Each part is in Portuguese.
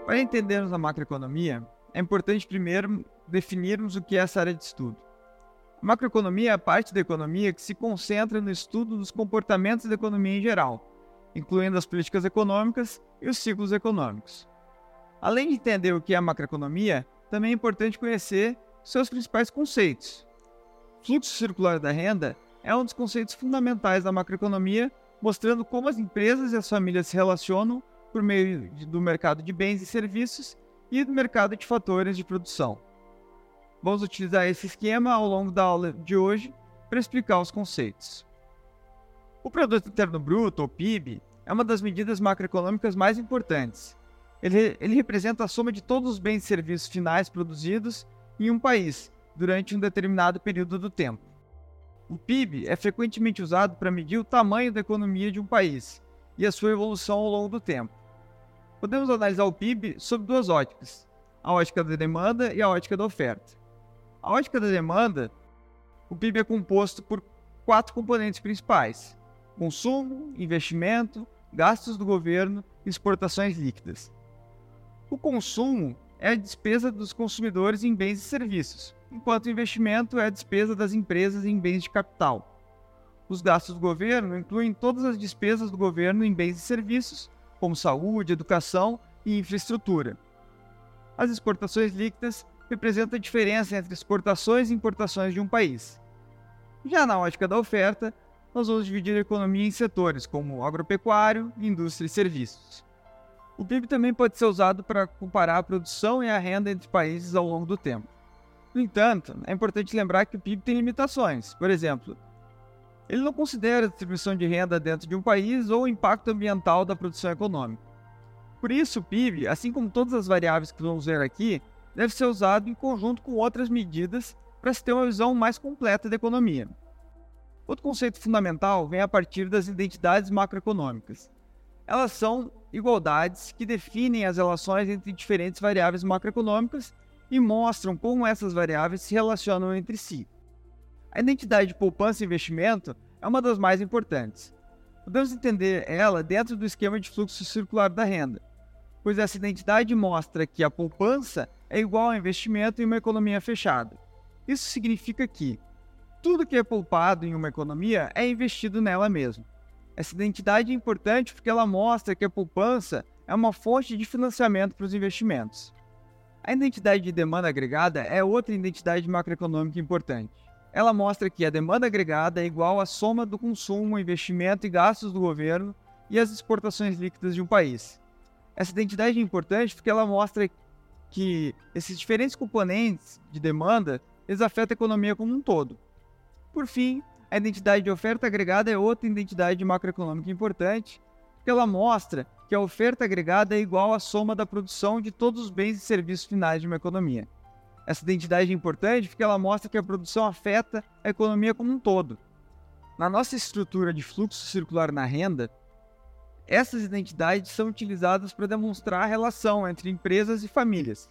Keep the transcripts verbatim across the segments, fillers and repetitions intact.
Para entendermos a macroeconomia, é importante primeiro definirmos o que é essa área de estudo. A macroeconomia é a parte da economia que se concentra no estudo dos comportamentos da economia em geral, incluindo as políticas econômicas e os ciclos econômicos. Além de entender o que é a macroeconomia, também é importante conhecer seus principais conceitos. O fluxo circular da renda é um dos conceitos fundamentais da macroeconomia, mostrando como as empresas e as famílias se relacionam por meio do mercado de bens e serviços e do mercado de fatores de produção. Vamos utilizar esse esquema ao longo da aula de hoje para explicar os conceitos. O Produto Interno Bruto, ou P I B, é uma das medidas macroeconômicas mais importantes. Ele, ele representa a soma de todos os bens e serviços finais produzidos em um país durante um determinado período do tempo. O P I B é frequentemente usado para medir o tamanho da economia de um país e a sua evolução ao longo do tempo. Podemos analisar o P I B sob duas óticas, a ótica da demanda e a ótica da oferta. A ótica da demanda, o P I B é composto por quatro componentes principais: consumo, investimento, gastos do governo e exportações líquidas. O consumo é a despesa dos consumidores em bens e serviços, enquanto o investimento é a despesa das empresas em bens de capital. Os gastos do governo incluem todas as despesas do governo em bens e serviços, como saúde, educação e infraestrutura. As exportações líquidas representam a diferença entre exportações e importações de um país. Já na ótica da oferta, nós vamos dividir a economia em setores como agropecuário, indústria e serviços. O P I B também pode ser usado para comparar a produção e a renda entre países ao longo do tempo. No entanto, é importante lembrar que o P I B tem limitações. Por exemplo, ele não considera a distribuição de renda dentro de um país ou o impacto ambiental da produção econômica. Por isso, o P I B, assim como todas as variáveis que vamos ver aqui, deve ser usado em conjunto com outras medidas para se ter uma visão mais completa da economia. Outro conceito fundamental vem a partir das identidades macroeconômicas. Elas são igualdades que definem as relações entre diferentes variáveis macroeconômicas e mostram como essas variáveis se relacionam entre si. A identidade de poupança e investimento é uma das mais importantes. Podemos entender ela dentro do esquema de fluxo circular da renda, pois essa identidade mostra que a poupança é igual ao investimento em uma economia fechada. Isso significa que tudo que é poupado em uma economia é investido nela mesma. Essa identidade é importante porque ela mostra que a poupança é uma fonte de financiamento para os investimentos. A identidade de demanda agregada é outra identidade macroeconômica importante. Ela mostra que a demanda agregada é igual à soma do consumo, investimento e gastos do governo e as exportações líquidas de um país. Essa identidade é importante porque ela mostra que esses diferentes componentes de demanda eles afetam a economia como um todo. Por fim, a identidade de oferta agregada é outra identidade macroeconômica importante, porque ela mostra que a oferta agregada é igual à soma da produção de todos os bens e serviços finais de uma economia. Essa identidade é importante porque ela mostra que a produção afeta a economia como um todo. Na nossa estrutura de fluxo circular na renda, essas identidades são utilizadas para demonstrar a relação entre empresas e famílias.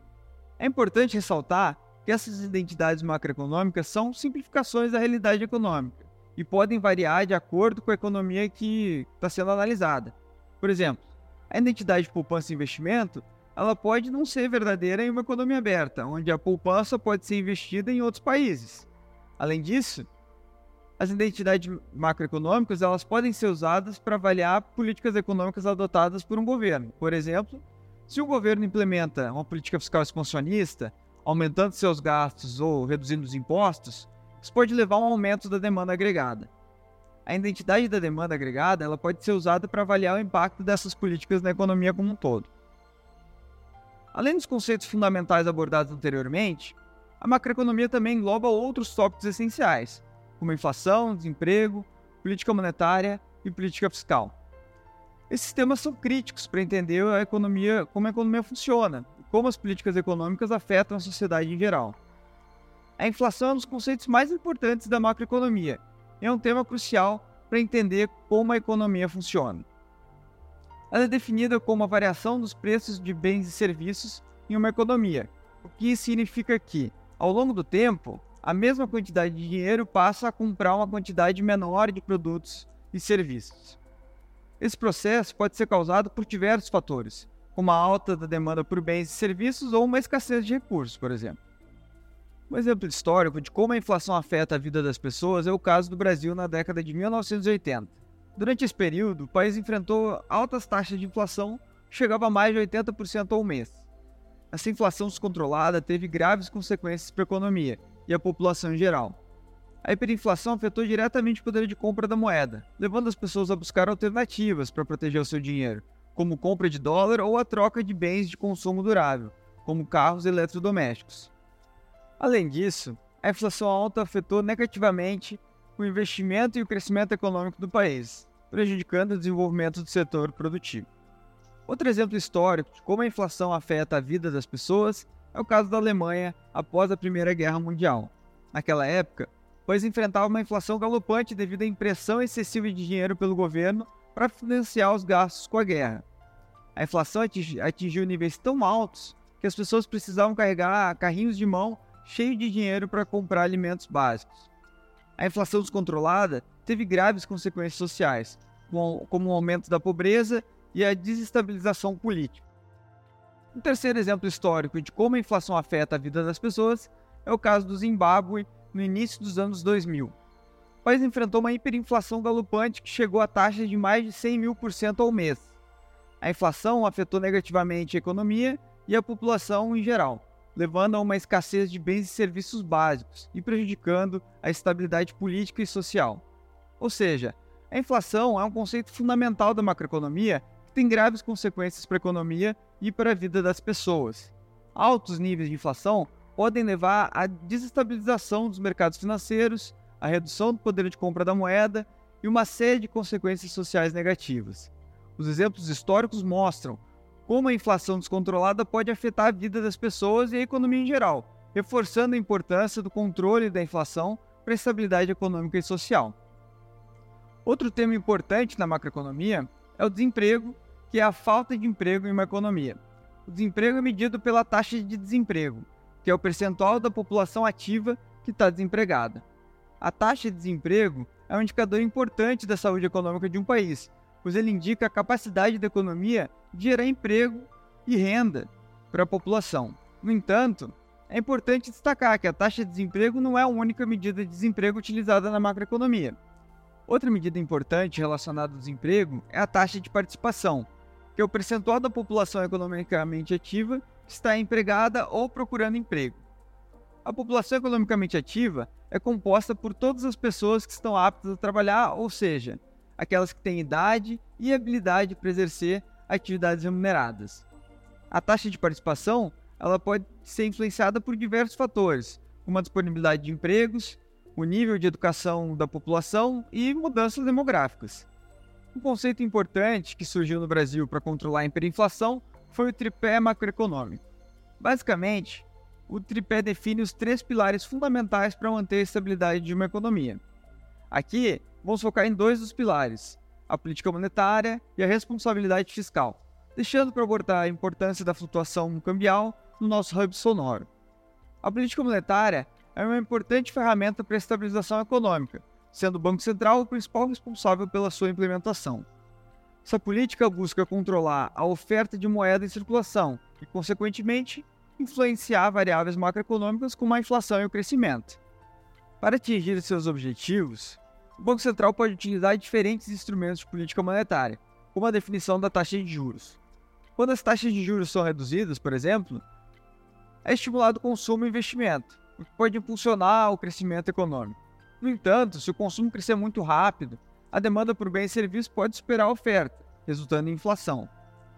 É importante ressaltar que essas identidades macroeconômicas são simplificações da realidade econômica e podem variar de acordo com a economia que está sendo analisada. Por exemplo, a identidade de poupança e investimento ela pode não ser verdadeira em uma economia aberta, onde a poupança pode ser investida em outros países. Além disso, as identidades macroeconômicas elas podem ser usadas para avaliar políticas econômicas adotadas por um governo. Por exemplo, se o governo implementa uma política fiscal expansionista, aumentando seus gastos ou reduzindo os impostos, isso pode levar a um aumento da demanda agregada. A identidade da demanda agregada ela pode ser usada para avaliar o impacto dessas políticas na economia como um todo. Além dos conceitos fundamentais abordados anteriormente, a macroeconomia também engloba outros tópicos essenciais, como inflação, desemprego, política monetária e política fiscal. Esses temas são críticos para entender a economia, como a economia funciona e como as políticas econômicas afetam a sociedade em geral. A inflação é um dos conceitos mais importantes da macroeconomia e é um tema crucial para entender como a economia funciona. Ela é definida como a variação dos preços de bens e serviços em uma economia, o que significa que, ao longo do tempo, a mesma quantidade de dinheiro passa a comprar uma quantidade menor de produtos e serviços. Esse processo pode ser causado por diversos fatores, como a alta da demanda por bens e serviços ou uma escassez de recursos, por exemplo. Um exemplo histórico de como a inflação afeta a vida das pessoas é o caso do Brasil na década de mil novecentos e oitenta. Durante esse período, o país enfrentou altas taxas de inflação que chegavam a mais de oitenta por cento ao mês. Essa inflação descontrolada teve graves consequências para a economia e a população em geral. A hiperinflação afetou diretamente o poder de compra da moeda, levando as pessoas a buscar alternativas para proteger o seu dinheiro, como compra de dólar ou a troca de bens de consumo durável, como carros e eletrodomésticos. Além disso, a inflação alta afetou negativamente o investimento e o crescimento econômico do país, prejudicando o desenvolvimento do setor produtivo. Outro exemplo histórico de como a inflação afeta a vida das pessoas é o caso da Alemanha após a Primeira Guerra Mundial. Naquela época, o país enfrentava uma inflação galopante devido à impressão excessiva de dinheiro pelo governo para financiar os gastos com a guerra. A inflação atingiu níveis tão altos que as pessoas precisavam carregar carrinhos de mão cheios de dinheiro para comprar alimentos básicos. A inflação descontrolada teve graves consequências sociais, como o aumento da pobreza e a desestabilização política. Um terceiro exemplo histórico de como a inflação afeta a vida das pessoas é o caso do Zimbábue no início dos anos dois mil. O país enfrentou uma hiperinflação galopante que chegou a taxas de mais de cem mil por cento ao mês. A inflação afetou negativamente a economia e a população em geral, levando a uma escassez de bens e serviços básicos e prejudicando a estabilidade política e social. Ou seja, a inflação é um conceito fundamental da macroeconomia que tem graves consequências para a economia e para a vida das pessoas. Altos níveis de inflação podem levar à desestabilização dos mercados financeiros, à redução do poder de compra da moeda e uma série de consequências sociais negativas. Os exemplos históricos mostram como a inflação descontrolada pode afetar a vida das pessoas e a economia em geral, reforçando a importância do controle da inflação para a estabilidade econômica e social. Outro tema importante na macroeconomia é o desemprego, que é a falta de emprego em uma economia. O desemprego é medido pela taxa de desemprego, que é o percentual da população ativa que está desempregada. A taxa de desemprego é um indicador importante da saúde econômica de um país, pois ele indica a capacidade da economia de gerar emprego e renda para a população. No entanto, é importante destacar que a taxa de desemprego não é a única medida de desemprego utilizada na macroeconomia. Outra medida importante relacionada ao desemprego é a taxa de participação, que é o percentual da população economicamente ativa que está empregada ou procurando emprego. A população economicamente ativa é composta por todas as pessoas que estão aptas a trabalhar, ou seja, aquelas que têm idade e habilidade para exercer atividades remuneradas. A taxa de participação ela pode ser influenciada por diversos fatores, como a disponibilidade de empregos, o nível de educação da população e mudanças demográficas. Um conceito importante que surgiu no Brasil para controlar a hiperinflação foi o tripé macroeconômico. Basicamente, o tripé define os três pilares fundamentais para manter a estabilidade de uma economia. Aqui, vamos focar em dois dos pilares, a política monetária e a responsabilidade fiscal, deixando para abordar a importância da flutuação cambial no nosso hub sonoro. A política monetária é uma importante ferramenta para a estabilização econômica, sendo o Banco Central o principal responsável pela sua implementação. Essa política busca controlar a oferta de moeda em circulação e, consequentemente, influenciar variáveis macroeconômicas como a inflação e o crescimento. Para atingir seus objetivos, o Banco Central pode utilizar diferentes instrumentos de política monetária, como a definição da taxa de juros. Quando as taxas de juros são reduzidas, por exemplo, é estimulado o consumo e investimento, o que pode impulsionar o crescimento econômico. No entanto, se o consumo crescer muito rápido, a demanda por bens e serviços pode superar a oferta, resultando em inflação.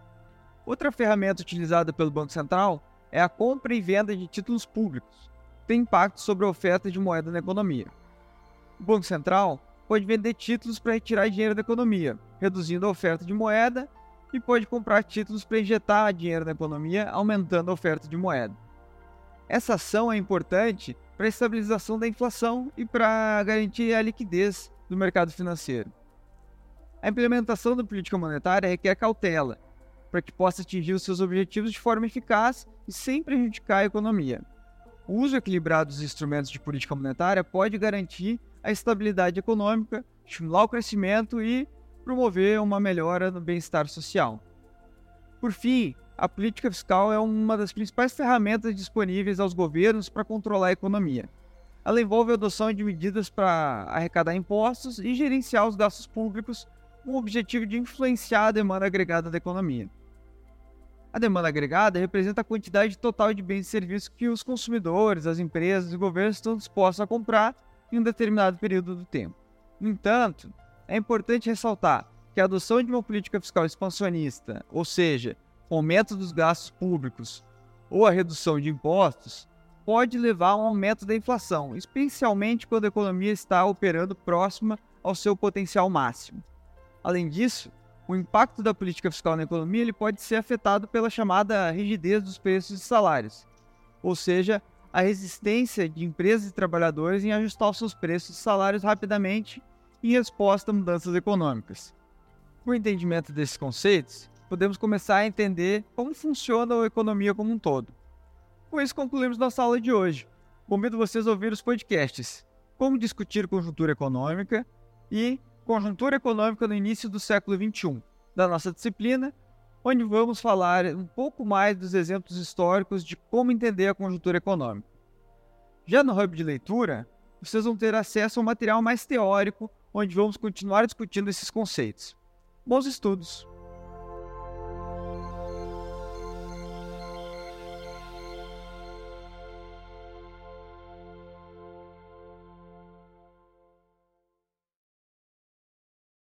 Outra ferramenta utilizada pelo Banco Central é a compra e venda de títulos públicos, que tem impacto sobre a oferta de moeda na economia. O Banco Central pode vender títulos para retirar dinheiro da economia, reduzindo a oferta de moeda, e pode comprar títulos para injetar dinheiro na economia, aumentando a oferta de moeda. Essa ação é importante para a estabilização da inflação e para garantir a liquidez do mercado financeiro. A implementação da política monetária requer cautela, para que possa atingir os seus objetivos de forma eficaz e sem prejudicar a economia. O uso equilibrado dos instrumentos de política monetária pode garantir a estabilidade econômica, estimular o crescimento e promover uma melhora no bem-estar social. Por fim, a política fiscal é uma das principais ferramentas disponíveis aos governos para controlar a economia. Ela envolve a adoção de medidas para arrecadar impostos e gerenciar os gastos públicos com o objetivo de influenciar a demanda agregada da economia. A demanda agregada representa a quantidade total de bens e serviços que os consumidores, as empresas e os governos estão dispostos a comprar em um determinado período do tempo. No entanto, é importante ressaltar que a adoção de uma política fiscal expansionista, ou seja, o aumento dos gastos públicos ou a redução de impostos, pode levar a um aumento da inflação, especialmente quando a economia está operando próxima ao seu potencial máximo. Além disso, o impacto da política fiscal na economia ele pode ser afetado pela chamada rigidez dos preços e salários, ou seja, a resistência de empresas e trabalhadores em ajustar os seus preços e salários rapidamente em resposta a mudanças econômicas. Com o entendimento desses conceitos, podemos começar a entender como funciona a economia como um todo. Com isso, concluímos nossa aula de hoje. Convido vocês a ouvir os podcasts Como Discutir Conjuntura Econômica e Conjuntura Econômica no Início do Século vinte e um, da nossa disciplina, onde vamos falar um pouco mais dos exemplos históricos de como entender a conjuntura econômica. Já no Hub de Leitura, vocês vão ter acesso a um material mais teórico, onde vamos continuar discutindo esses conceitos. Bons estudos!